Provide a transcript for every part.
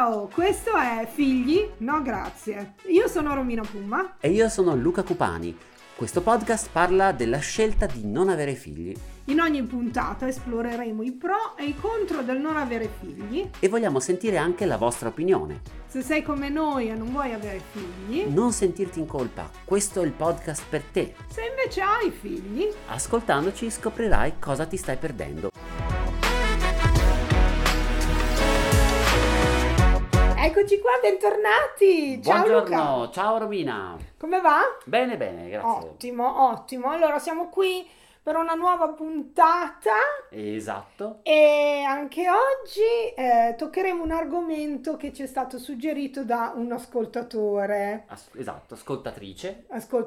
Ciao, questo è Figli? No grazie. Io sono Romina Puma. E io sono Luca Cupani. Questo podcast parla della scelta di non avere figli. In ogni puntata esploreremo i pro e i contro del non avere figli. E vogliamo sentire anche la vostra opinione. Se sei come noi e non vuoi avere figli, non sentirti in colpa, questo è il podcast per te. Se invece hai figli, ascoltandoci scoprirai cosa ti stai perdendo. Eccoci qua, bentornati! Ciao Buongiorno, Luca! Ciao Romina! Come va? Bene, grazie. Ottimo. Allora, siamo qui per una nuova puntata. Esatto. E anche oggi toccheremo un argomento che ci è stato suggerito da un ascoltatore. Esatto, ascoltatrice.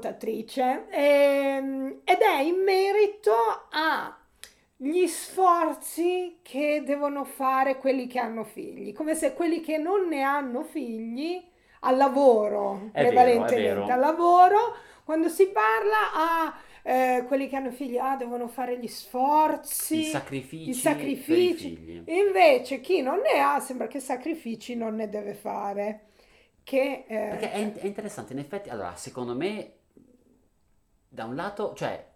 Ed è in merito a gli sforzi che devono fare quelli che hanno figli, come se quelli che non ne hanno figli al lavoro, prevalentemente al lavoro, quando si parla a quelli che hanno figli, devono fare gli sforzi, i sacrifici per i figli. Invece chi non ne ha sembra che sacrifici non ne deve fare. Perché è interessante, in effetti, allora, secondo me, da un lato, cioè,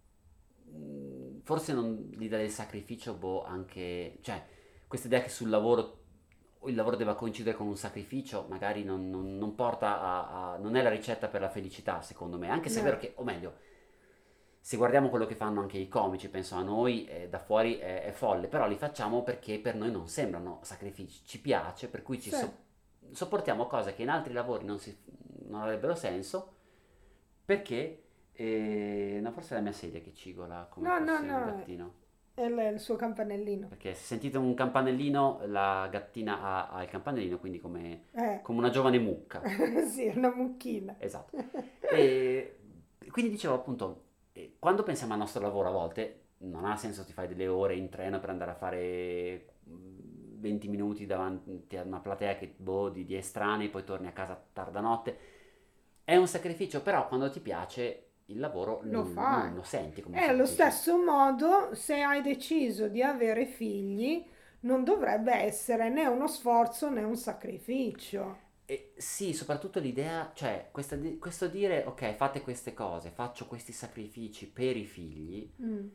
forse non l'idea del sacrificio, anche, cioè, questa idea che sul lavoro il lavoro debba coincidere con un sacrificio, magari non porta non è la ricetta per la felicità, secondo me, anche se è vero che, o meglio, se guardiamo quello che fanno anche i comici, penso a noi, da fuori è folle, però li facciamo perché per noi non sembrano sacrifici, ci piace, per cui sopportiamo cose che in altri lavori non avrebbero senso, perché... no, forse è la mia sedia che cigola come fosse un gattino. È il suo campanellino. Perché se sentite un campanellino, la gattina ha il campanellino, quindi come una giovane mucca. Sì, una mucchina. Esatto. E quindi dicevo appunto, quando pensiamo al nostro lavoro a volte non ha senso ti fai delle ore in treno per andare a fare 20 minuti davanti a una platea di estranei, poi torni a casa tarda notte. È un sacrificio, però quando ti piace il lavoro non lo senti come sacrificio. Allo stesso modo, se hai deciso di avere figli, non dovrebbe essere né uno sforzo né un sacrificio. Sì, soprattutto l'idea, cioè questo dire ok, fate queste cose, faccio questi sacrifici per i figli,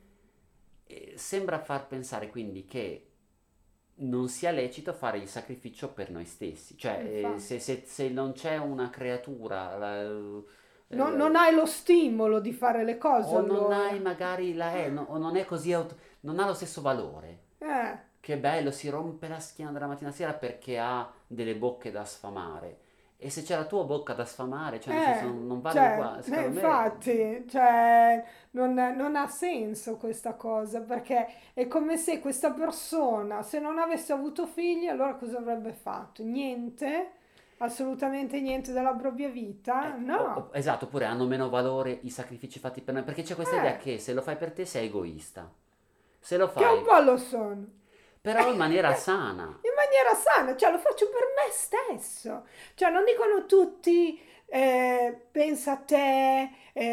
sembra far pensare quindi che non sia lecito fare il sacrificio per noi stessi, cioè se non c'è una creatura... non hai lo stimolo di fare le cose, o non hai magari o non è così non ha lo stesso valore. Che bello, si rompe la schiena dalla mattina alla sera perché ha delle bocche da sfamare. E se c'è la tua bocca da sfamare, cioè nel senso non vale uguale. Infatti, non ha senso questa cosa, perché è come se questa persona, se non avesse avuto figli, allora cosa avrebbe fatto? Niente. Assolutamente niente della propria vita, no. Esatto, oppure hanno meno valore i sacrifici fatti per noi, perché c'è questa idea che se lo fai per te sei egoista. Se lo fai... Che un po' lo sono. Però in maniera sana. In maniera sana, cioè lo faccio per me stesso. Cioè non dicono tutti, pensa a te,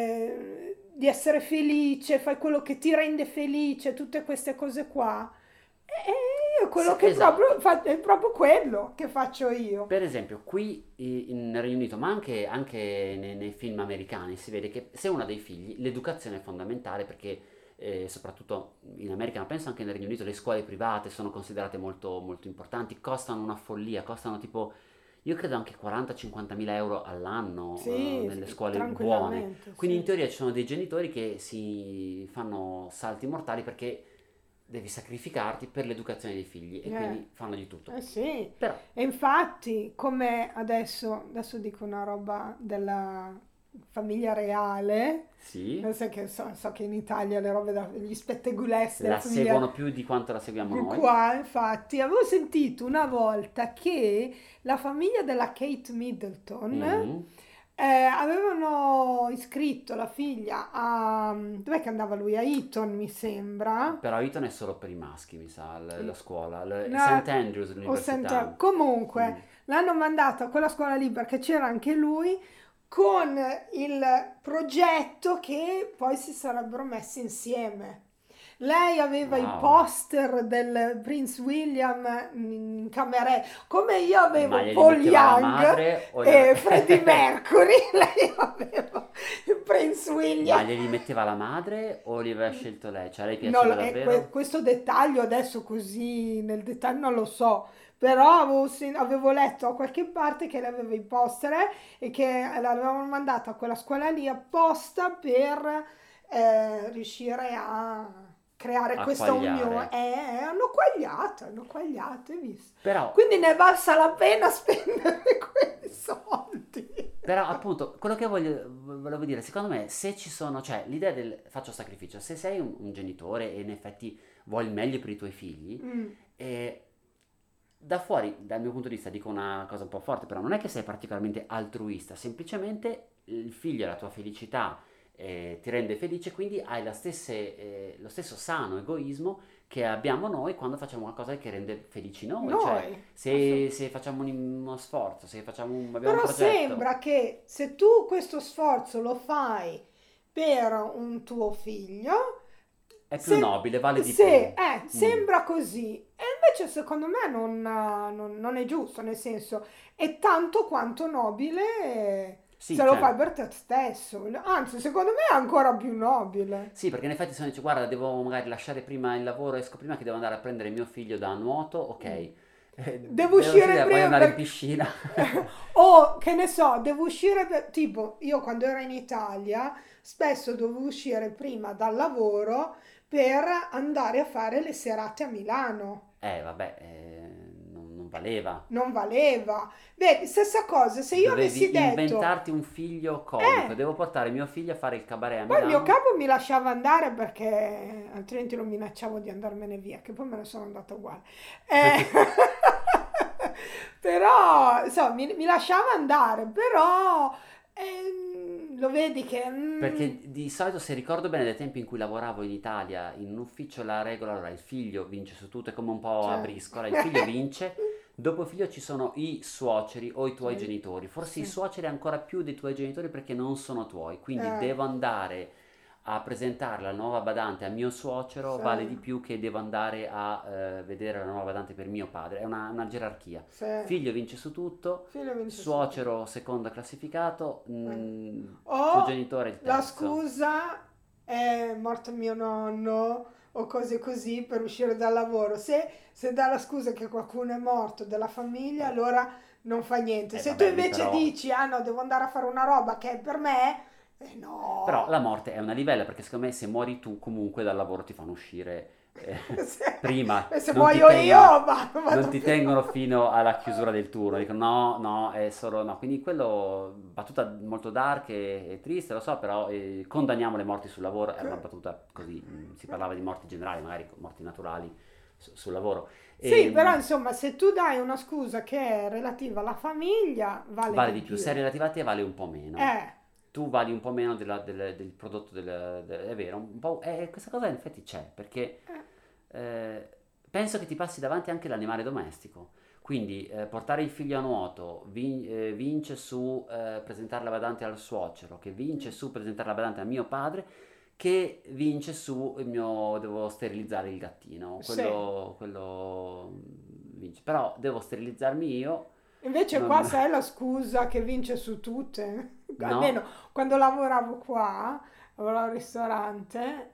di essere felice, fai quello che ti rende felice, tutte queste cose qua. Quello che esatto. È proprio quello che faccio io. Per esempio qui nel Regno Unito, ma anche nei film americani, si vede che se uno ha dei figli l'educazione è fondamentale, perché soprattutto in America, ma penso anche nel Regno Unito, le scuole private sono considerate molto, molto importanti, costano una follia, costano tipo, io credo anche 40-50 mila euro all'anno nelle scuole buone. Quindi in teoria ci sono dei genitori che si fanno salti mortali perché devi sacrificarti per l'educazione dei figli e quindi fanno di tutto. Sì. Però. E infatti, come adesso dico una roba della famiglia reale, sì. So che in Italia le robe degli spettegulessi la seguono più di quanto la seguiamo noi. Qua, infatti, avevo sentito una volta che la famiglia della Kate Middleton avevano iscritto la figlia a... dov'è che andava lui? A Eton, mi sembra. Però Eton è solo per i maschi, mi sa, la scuola. St. Andrews, l'università. Comunque, l'hanno mandato a quella scuola lì perché c'era anche lui, con il progetto che poi si sarebbero messi insieme. Lei aveva i Wow. poster del Prince William in camera, come io Ma avevo glieli Paul metteva la Young madre o e Freddie Mercury, lei aveva il Prince Ma William. glieli metteva la madre o li aveva scelto lei? Cioè a lei No, piaceva davvero? questo dettaglio adesso così nel dettaglio non lo so, però avevo letto a qualche parte che lei aveva i poster e che l'avevano mandata a quella scuola lì apposta per riuscire a creare A questa unione. quagliare. Hanno quagliato, hai visto? Però, Quindi ne è valsa la pena spendere quei soldi. però appunto, quello che volevo dire, secondo me, se ci sono, cioè l'idea del faccio sacrificio, se sei un genitore e in effetti vuoi il meglio per i tuoi figli, Mm, eh, da fuori, dal mio punto di vista, dico una cosa un po' forte, però non è che sei particolarmente altruista, semplicemente il figlio e la tua felicità ti rende felice, quindi hai lo stesso sano egoismo che abbiamo noi quando facciamo qualcosa che rende felici noi, cioè noi, se facciamo uno sforzo, se abbiamo un però progetto, sembra che se tu questo sforzo lo fai per un tuo figlio, è più se, nobile, vale di più. Mm. sembra così. E invece secondo me non è giusto, nel senso è tanto quanto nobile Sì, se lo fai certo. per te stesso. Anzi, secondo me è ancora più nobile. Sì, perché in effetti se uno dice guarda, devo magari lasciare prima il lavoro, esco prima che devo andare a prendere mio figlio da nuoto, ok. Mm. Devo Devo uscire uscire, voglio prima andare in perché... piscina. o che ne so, devo uscire tipo io quando ero in Italia spesso dovevo uscire prima dal lavoro per andare a fare le serate a Milano. Vabbè, non valeva. Non valeva. Vedi, stessa cosa, se io avessi Dovevi detto, inventarti un figlio comico. eh, Devo portare mio figlio a fare il cabaret a poi il mio Milano. capo mi lasciava andare perché altrimenti lo minacciavo di andarmene via, che poi me ne sono andata uguale. Eh, però, insomma, mi lasciava andare, però lo vedi che... Perché di solito, se ricordo bene, dai tempi in cui lavoravo in Italia, in un ufficio la regola, allora il figlio vince su tutto, è come un po' a cioè, briscola, il figlio vince, dopo il figlio ci sono i suoceri o i tuoi cioè, genitori, forse i sì, suoceri ancora più dei tuoi genitori perché non sono tuoi, quindi eh, devo andare a presentare la nuova badante a mio suocero, sì, vale di più che devo andare a vedere la nuova badante per mio padre, è una gerarchia. sì. Figlio vince su tutto, Figlio vince su tutto. suocero secondo classificato, Eh. tuo O genitore il la terzo. scusa è morto mio nonno o cose così per uscire dal lavoro. Se dà la scusa che qualcuno è morto della famiglia, allora non fa niente. Se tu Vabbè, lì invece però. dici, ah no, devo andare a fare una roba che è per me, Però la no. morte è una livella perché secondo me se muori tu comunque dal lavoro ti fanno uscire prima, Se muoio io, non vado ti prima. tengono fino alla chiusura del turno, dicono no, no, è solo no. Quindi quello, battuta molto dark e triste, lo so, però condanniamo le morti sul lavoro, era una battuta così, si parlava di morti generali, magari morti naturali sul lavoro. Sì, però E, insomma, se tu dai una scusa che è relativa alla famiglia, vale vale di di più, più. se è relativa a te vale un po' meno. Eh, Tu vali un po' meno del prodotto è vero, un po', questa cosa in effetti c'è, perché eh, eh, penso che ti passi davanti anche l'animale domestico. Quindi portare il figlio a nuoto vince su presentare la badante al suocero, che vince su presentare la badante a mio padre, che vince su il mio devo sterilizzare il gattino. sì. Quello vince. Però devo sterilizzarmi io, Invece qua non... sai la scusa che vince su tutte? Almeno No? quando lavoravo qua, lavoravo al ristorante,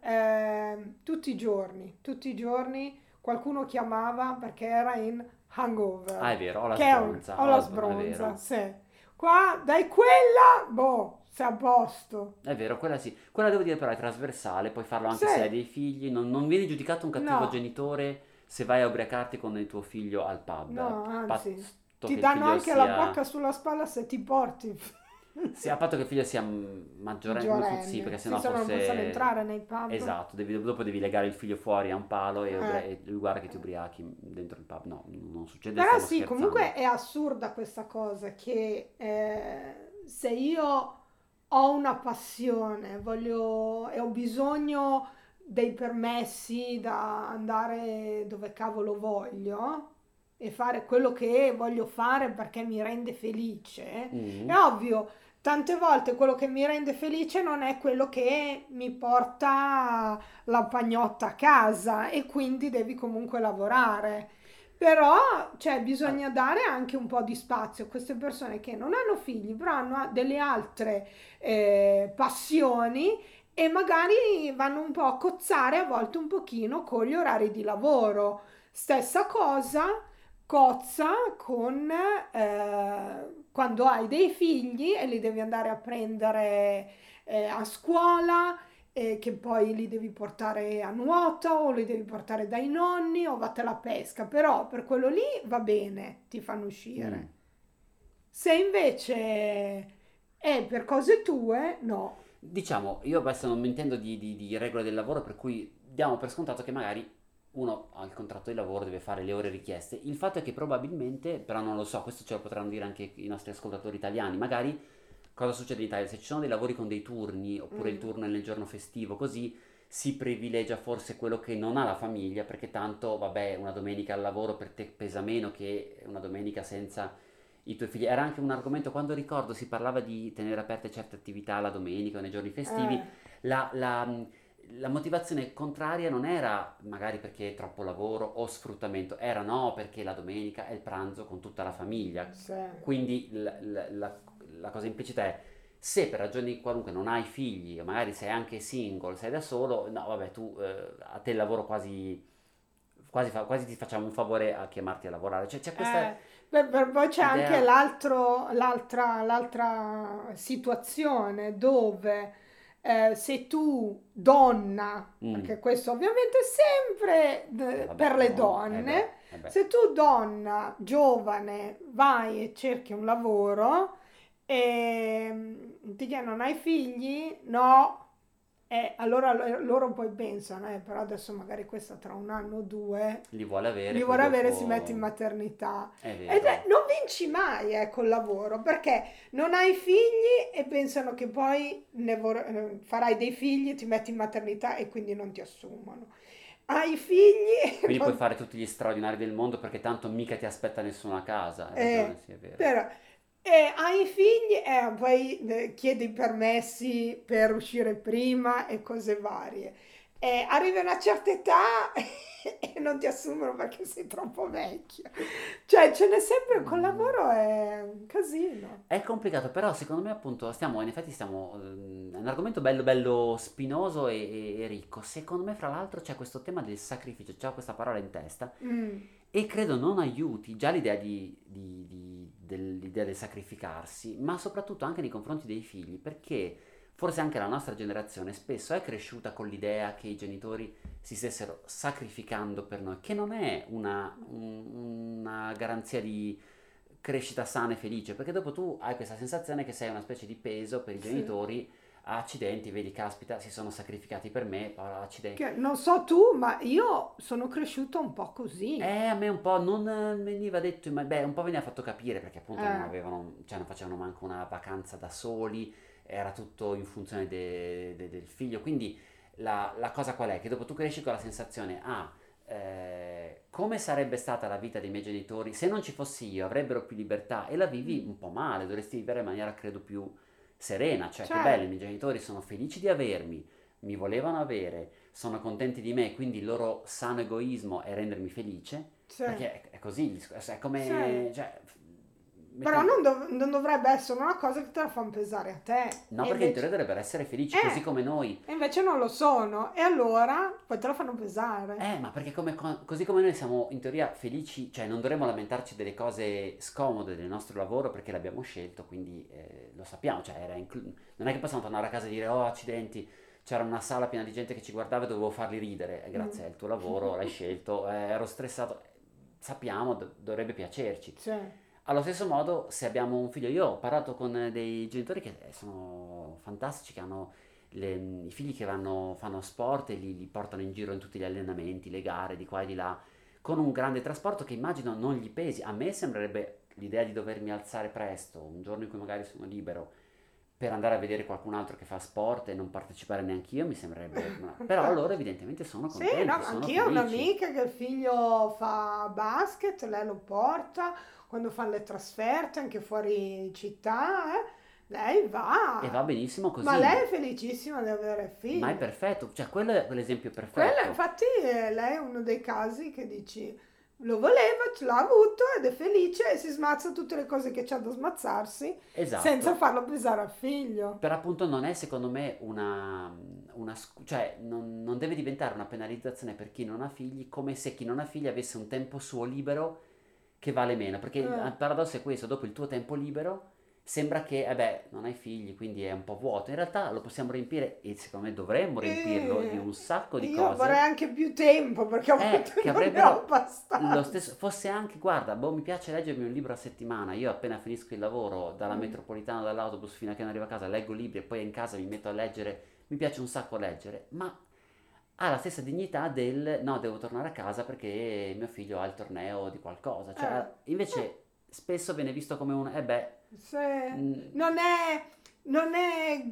tutti i giorni qualcuno chiamava perché era in Ah, hangover, è vero, ho la che è sbronza, ho la è sbronza, vero. sì. Qua dai quella, boh, sei a posto. È vero, quella sì. Quella devo dire però è trasversale, puoi farlo anche Sì, se hai dei figli, non vieni giudicato un cattivo no, genitore se vai a ubriacarti con il tuo figlio al pub. no, anzi, Patto ti che il danno figlio anche la sia... pacca sulla spalla se ti porti. A patto che il figlio sia maggiorenne, sì, perché Maggiorenne, sì, sennò se no non possono forse... entrare nei pub. Esatto, dopo devi legare il figlio fuori a un palo Eh, e lui guarda che ti eh. ubriachi dentro il pub. No, non succede, Però stiamo sì, comunque scherzando. è assurda questa cosa che se io ho una passione, voglio e ho bisogno dei permessi da andare dove cavolo voglio e fare quello che voglio fare perché mi rende felice, è Mm. ovvio, tante volte quello che mi rende felice non è quello che mi porta la pagnotta a casa e quindi devi comunque lavorare. Però, cioè, Ah, bisogna dare anche un po' di spazio a queste persone che non hanno figli, però hanno delle altre passioni e magari vanno un po' a cozzare a volte un pochino con gli orari di lavoro. Stessa cosa cozza con quando hai dei figli e li devi andare a prendere a scuola, che poi li devi portare a nuoto o li devi portare dai nonni o vattene alla pesca, però per quello lì va bene, ti fanno mm. uscire. Se invece è per cose tue, no. Diciamo, io adesso non mi intendo di regole del lavoro, per cui diamo per scontato che magari uno ha il contratto di lavoro, deve fare le ore richieste. Il fatto è che probabilmente, però non lo so, questo ce lo potranno dire anche i nostri ascoltatori italiani, magari cosa succede in Italia? Se ci sono dei lavori con dei turni, oppure il Mm, turno è nel giorno festivo, così si privilegia forse quello che non ha la famiglia, perché tanto, vabbè, una domenica al lavoro per te pesa meno che una domenica senza i tuoi figli. Era anche un argomento, quando ricordo si parlava di tenere aperte certe attività la domenica o nei giorni eh, festivi, la, la- la motivazione contraria non era magari perché è troppo lavoro o sfruttamento, era no perché la domenica è il pranzo con tutta la famiglia. sì. Quindi la cosa implicita è se per ragioni qualunque non hai figli o magari sei anche single, sei da solo, no vabbè tu a te il lavoro quasi ti facciamo un favore a chiamarti a lavorare. Cioè c'è questa Eh, poi c'è anche idea. l'altra situazione dove se tu donna, Mm. perché questo ovviamente è sempre Vabbè, per le no, donne, eh beh. se tu donna giovane vai e cerchi un lavoro e ti chiedono non hai figli? No. Allora loro poi pensano, però adesso magari questa tra un anno o due Li vuole avere, li poi vorrà avere e si mette in dopo maternità. è Ed vero. non vinci mai col lavoro perché non hai figli e pensano che poi farai dei figli, ti metti in maternità e quindi non ti assumono. Hai figli, Quindi puoi fare tutti gli straordinari del mondo perché tanto mica ti aspetta nessuno a casa. Hai ragione, sì, è vero. però, hai figli e poi chiedi i permessi per uscire prima e cose varie. Arrivi a una certa età e non ti assumono perché sei troppo vecchio. Cioè, ce n'è sempre col Mm. lavoro, è un casino. È complicato, però secondo me appunto in effetti stiamo, è un argomento bello bello spinoso e ricco. Secondo me fra l'altro c'è questo tema del sacrificio, c'è questa parola in testa Mm, e credo non aiuti già l'idea l'idea del sacrificarsi, ma soprattutto anche nei confronti dei figli, perché forse anche la nostra generazione spesso è cresciuta con l'idea che i genitori si stessero sacrificando per noi, che non è una garanzia di crescita sana e felice, perché dopo tu hai questa sensazione che sei una specie di peso per i sì. genitori. Accidenti, vedi, caspita, si sono sacrificati per me, oh, accidenti. Che non so tu, ma io sono cresciuta un po' così. A me un po' non veniva detto, ma beh, un po' veniva fatto capire perché appunto non Eh, avevano, cioè non facevano manco una vacanza da soli, era tutto in funzione del figlio. Quindi la cosa qual è? Che dopo tu cresci con la sensazione, come sarebbe stata la vita dei miei genitori se non ci fossi io, avrebbero più libertà e la vivi mm, un po' male, dovresti vivere in maniera credo più serena, cioè che bello, i certo, miei genitori sono felici di avermi, mi volevano avere, sono contenti di me, quindi il loro sano egoismo è rendermi felice, sì, perché è così, il discorso, è sì. come, cioè, Però mettiamo. non dovrebbe essere una cosa che te la fanno pesare a te. No, perché in teoria dovrebbero essere felici, così come noi. E invece non lo sono. E allora poi te la fanno pesare. Ma perché così come noi siamo in teoria felici, cioè non dovremmo lamentarci delle cose scomode del nostro lavoro perché l'abbiamo scelto, quindi lo sappiamo, cioè non è che possiamo tornare a casa e dire oh accidenti, c'era una sala piena di gente che ci guardava e dovevo farli ridere, Mm. grazie, è il tuo lavoro, l'hai scelto, ero stressato, sappiamo, dovrebbe piacerci. Sì, Allo stesso modo, se abbiamo un figlio, io ho parlato con dei genitori che sono fantastici, che hanno i figli che fanno sport e li portano in giro in tutti gli allenamenti, le gare di qua e di là, con un grande trasporto che immagino non gli pesi. A me sembrerebbe l'idea di dovermi alzare presto, un giorno in cui magari sono libero, per andare a vedere qualcun altro che fa sport e non partecipare neanche io, mi sembrerebbe. Però loro infatti. evidentemente sono Sì, no, contenti, sono anch'io ho felici. un'amica che il figlio fa basket, lei lo porta quando fanno le trasferte anche fuori città, lei e va, va benissimo ma lei così. è felicissima di avere Ma è figli. perfetto, cioè quello è quell'esempio Quella, perfetto. infatti, lei è uno dei casi che dici, lo voleva, ce l'ha avuto ed è felice e si smazza tutte le cose che c'ha da smazzarsi senza Esatto. farlo pesare al figlio. Per appunto non è secondo me cioè non deve diventare una penalizzazione per chi non ha figli, come se chi non ha figli avesse un tempo suo libero che vale meno, perché Eh, il paradosso è questo, dopo il tuo tempo libero sembra che, beh, non hai figli, quindi è un po' vuoto. In realtà lo possiamo riempire, e secondo me dovremmo riempirlo, di un E sacco di io vorrei cose, anche più tempo perché a volte che non ne ho avrebbero lo stesso, abbastanza. fosse anche, guarda, boh, mi piace leggermi un libro a settimana, io appena finisco il lavoro, dalla Mm, metropolitana, dall'autobus fino a che non arrivo a casa, leggo libri e poi in casa mi metto a leggere, mi piace un sacco leggere, ma ha la stessa dignità del no, devo tornare a casa perché mio figlio ha il torneo di qualcosa, cioè eh, invece spesso viene visto come un, beh, mm, non è, non è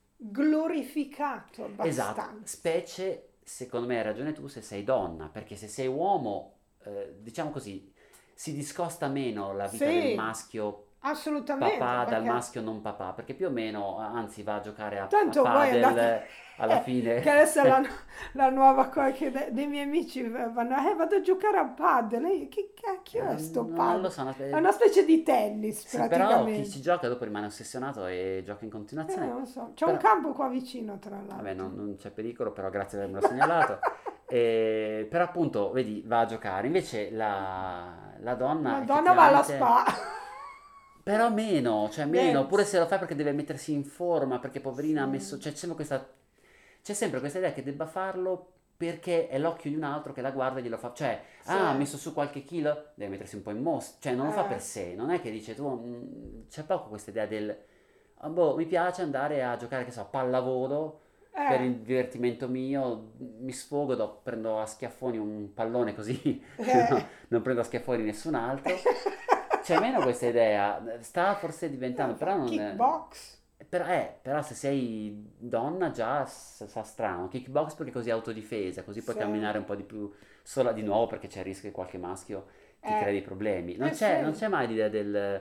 glorificato esatto, abbastanza. specie secondo me hai ragione tu se sei donna, perché se sei uomo, diciamo così, si discosta meno la vita del Sì, maschio assolutamente, papà dal perché maschio non papà, perché più o meno, anzi, va a giocare a tanto voi andate, padel alla fine. che adesso è la nuova cosa che dei miei amici vanno, vado a giocare a padel. E io, che cacchio è sto Non lo padel? so, È una specie di tennis sì, però chi praticamente. ci gioca dopo rimane ossessionato e gioca in continuazione. Non so, c'è un Però, campo qua vicino tra vabbè, l'altro. non c'è pericolo, però grazie di avermelo segnalato. Però appunto, vedi, va a giocare. Invece la donna La donna va alla effettivamente. spa. Però meno, cioè meno, Meno. oppure se lo fa perché deve mettersi in forma, perché poverina ha messo, Sì, cioè c'è sempre questa idea che debba farlo perché è l'occhio di un altro che la guarda e glielo fa, cioè, sì, ah, ha messo su qualche chilo, deve mettersi un po' in mostra, cioè non lo fa per eh, sé, non è che dice tu, c'è poco questa idea del, "Ah, boh, mi piace andare a giocare, che so, a pallavolo per eh, il divertimento mio, mi sfogo, prendo a schiaffoni un pallone così eh. non prendo a schiaffoni nessun altro. C'è meno questa idea, sta forse diventando, Fa però non kickbox. però se sei donna già sa strano. Kickbox perché così autodifesa, così puoi Sì, camminare un po' di più sola di nuovo perché c'è il rischio che qualche maschio ti eh, crei problemi. Non sì. c'è mai l'idea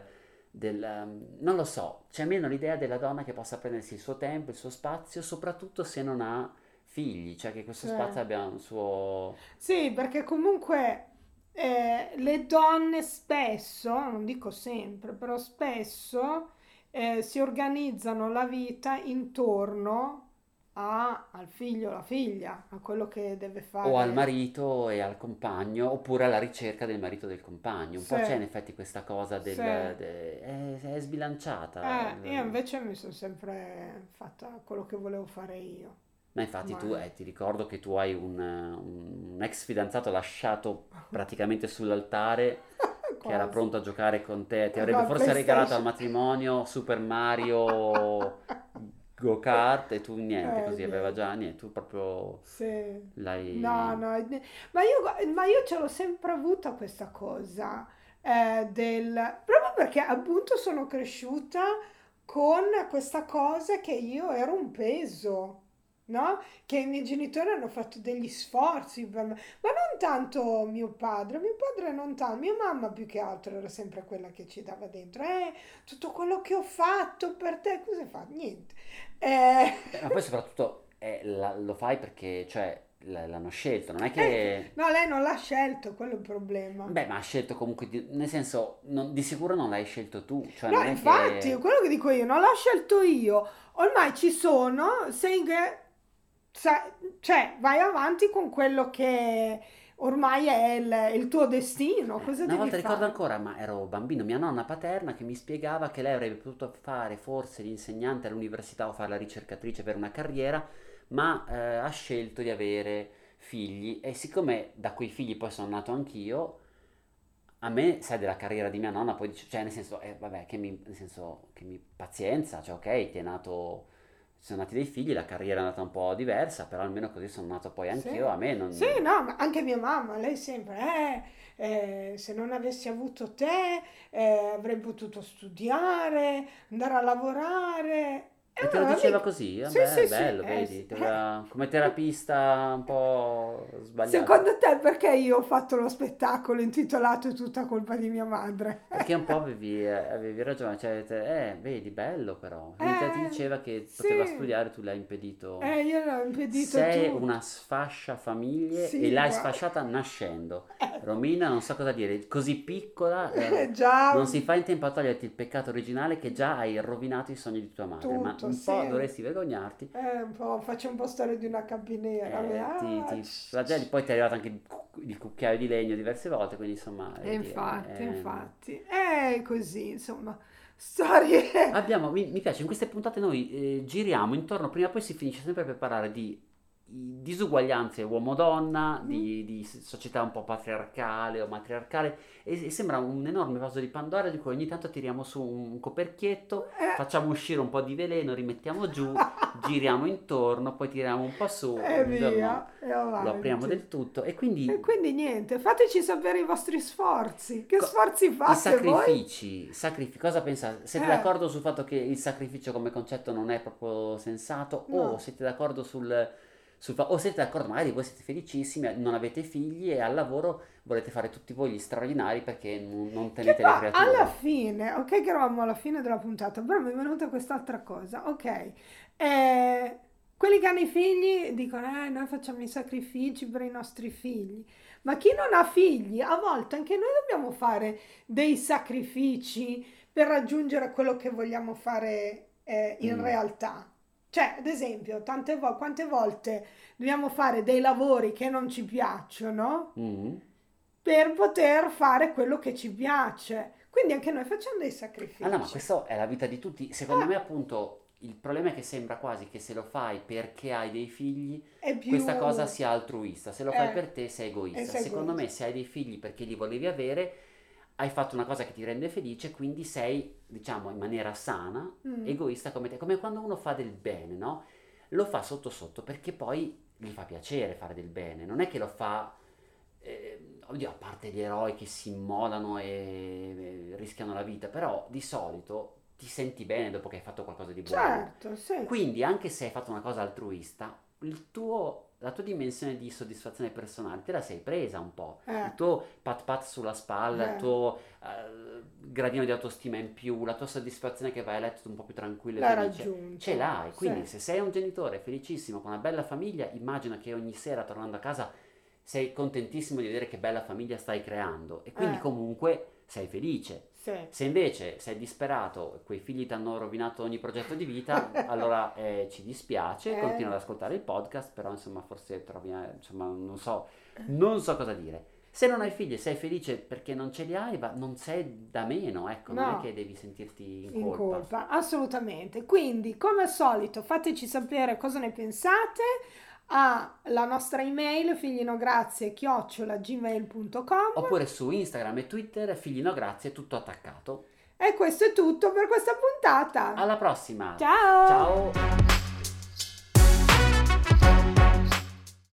non lo so, c'è meno l'idea della donna che possa prendersi il suo tempo, il suo spazio, soprattutto se non ha figli, cioè che questo Sì. spazio abbia un suo. Sì, perché comunque le donne spesso, non dico sempre, però spesso si organizzano la vita intorno al figlio o alla figlia, a quello che deve O al fare. marito e al compagno, oppure alla ricerca del marito e del compagno. Un po' Sì, c'è in effetti questa cosa sì. è sbilanciata. Io invece mi sono sempre fatta quello che volevo fare io. Ma infatti tu, Ma ti ricordo che tu hai un ex fidanzato lasciato praticamente sull'altare che era quasi. pronto a giocare con te, ti avrebbe Con forse regalato al PlayStation. matrimonio Super Mario Go-Kart e tu niente, così aveva Niente. già niente, tu proprio Sì. No, l'hai. no, ma io ce l'ho sempre avuta questa cosa, proprio perché appunto sono cresciuta con questa cosa che io ero un peso, no? Che i miei genitori hanno fatto degli sforzi per me, ma non tanto mio padre non tanto, mia mamma più che altro era sempre quella che ci dava dentro, tutto quello che ho fatto per te, cosa hai fatto? Niente. Eh, Beh, ma poi soprattutto lo fai perché, cioè, l'hanno scelto, non è che. no, lei non l'ha scelto, quello è il problema. Beh, ma ha scelto comunque, nel senso, di sicuro non l'hai scelto tu, cioè No, non è infatti, che. quello che dico io, non l'ho scelto io. Ormai ci sono, sei che, cioè, vai avanti con quello che ormai è il tuo destino. Cosa Una devi volta ricordo fare? ancora, ma ero bambino, mia nonna paterna che mi spiegava che lei avrebbe potuto fare forse l'insegnante all'università o fare la ricercatrice per una carriera, ma ha scelto di avere figli e siccome da quei figli poi sono nato anch'io, a me, sai, della carriera di mia nonna, poi dice, cioè, nel senso, vabbè, nel senso, pazienza, cioè, ok, ti è nato, ci sono nati dei figli, la carriera è andata un po' diversa, però almeno così sono nato poi Sì, anch'io, a me sì, non. no, ma anche mia mamma, lei sempre, se non avessi avuto te, avrei potuto studiare, andare a lavorare. E te lo allora, diceva mica- così? Sì, Vabbè, sì, è sì. bello, vedi, come terapista un po' sbagliato. Secondo te perché io ho fatto lo spettacolo intitolato È tutta colpa di mia madre? Perché un po' avevi ragione, cioè, vedi, bello però. Mentre ti diceva che poteva Sì, studiare, tu l'hai impedito. io l'ho impedito Sei tutto. una sfascia famiglie e Sì, l'hai guarda. sfasciata nascendo. Romina, non so cosa dire, così piccola, Già non si fa in tempo a toglierti il peccato originale che già hai rovinato i sogni di tua madre, ma tutto, un sì. po' dovresti vergognarti. Un po', faccio un po' storia di una capinera. Ti flagelli, poi ti è arrivato anche il cucchiaio di legno diverse volte, quindi insomma, E vedi, infatti, è così, insomma, storie. mi piace, in queste puntate noi giriamo intorno, prima o poi si finisce sempre per parlare di disuguaglianze uomo-donna, Mm. di società un po' patriarcale o matriarcale e sembra un enorme vaso di Pandora di cui ogni tanto tiriamo su un coperchietto, facciamo uscire un po' di veleno, rimettiamo giù, giriamo intorno, poi tiriamo un po' su, E un giorno via, e lo apriamo avanti. del tutto e E quindi quindi niente, fateci sapere i vostri sforzi. Che Co- sforzi I fate voi? cosa pensate? Siete Eh, d'accordo sul fatto che il sacrificio come concetto non è proprio sensato? O no. siete d'accordo o siete d'accordo, magari voi siete felicissimi, non avete figli e al lavoro volete fare tutti voi gli straordinari perché non Che tenete le poi alla creature? fine, ok che eravamo alla fine della puntata, però mi è venuta quest'altra cosa, ok. Quelli che hanno i figli dicono, noi facciamo i sacrifici per i nostri figli. Ma chi non ha figli, a volte anche noi dobbiamo fare dei sacrifici per raggiungere quello che vogliamo fare in Mm, realtà. Cioè, ad esempio, quante volte dobbiamo fare dei lavori che non ci piacciono mm. per poter fare quello che ci piace. Quindi anche noi facciamo dei Ah no, ma sacrifici. questo è la vita di tutti. Secondo Eh, me, appunto, il problema è che sembra quasi che se lo fai perché hai dei figli, è più... questa cosa sia altruista. Se lo fai per te, sei e egoista. sei Secondo me, egoista. se hai dei figli perché li volevi avere, hai fatto una cosa che ti rende felice, quindi sei, diciamo, in maniera sana, Mm. egoista come te. Come quando uno fa del bene, no? Lo fa sotto sotto perché poi gli fa piacere fare del bene. Non è che lo fa oddio, a parte gli eroi che si immolano e rischiano la vita, però di solito ti senti bene dopo che hai fatto qualcosa di buono. Certo, sì. Quindi, anche se hai fatto una cosa altruista, la tua dimensione di soddisfazione personale te la sei presa un po'. Eh, Il tuo pat pat sulla spalla, il eh, tuo gradino di autostima in più, la tua soddisfazione che vai a letto un po' più tranquillo e l'hai felice, ce raggiunto. l'hai. Sì. Quindi, se sei un genitore felicissimo con una bella famiglia, immagina che ogni sera tornando a casa sei contentissimo di vedere che bella famiglia stai creando e quindi Eh, comunque sei felice. sì. Se invece sei disperato e quei figli ti hanno rovinato ogni progetto di vita, allora ci dispiace, continua ad ascoltare il podcast, però insomma forse trovi, insomma non so cosa dire. Se non hai figli e sei felice perché non ce li hai, non sei da meno, ecco, non è No, che devi sentirti in in colpa. colpa, assolutamente. Quindi, come al solito, fateci sapere cosa ne pensate alla nostra email figlinograzie@gmail.com. Oppure su Instagram e Twitter, figli no grazie, tutto attaccato. E questo è tutto per questa puntata. Alla prossima! Ciao! Ciao!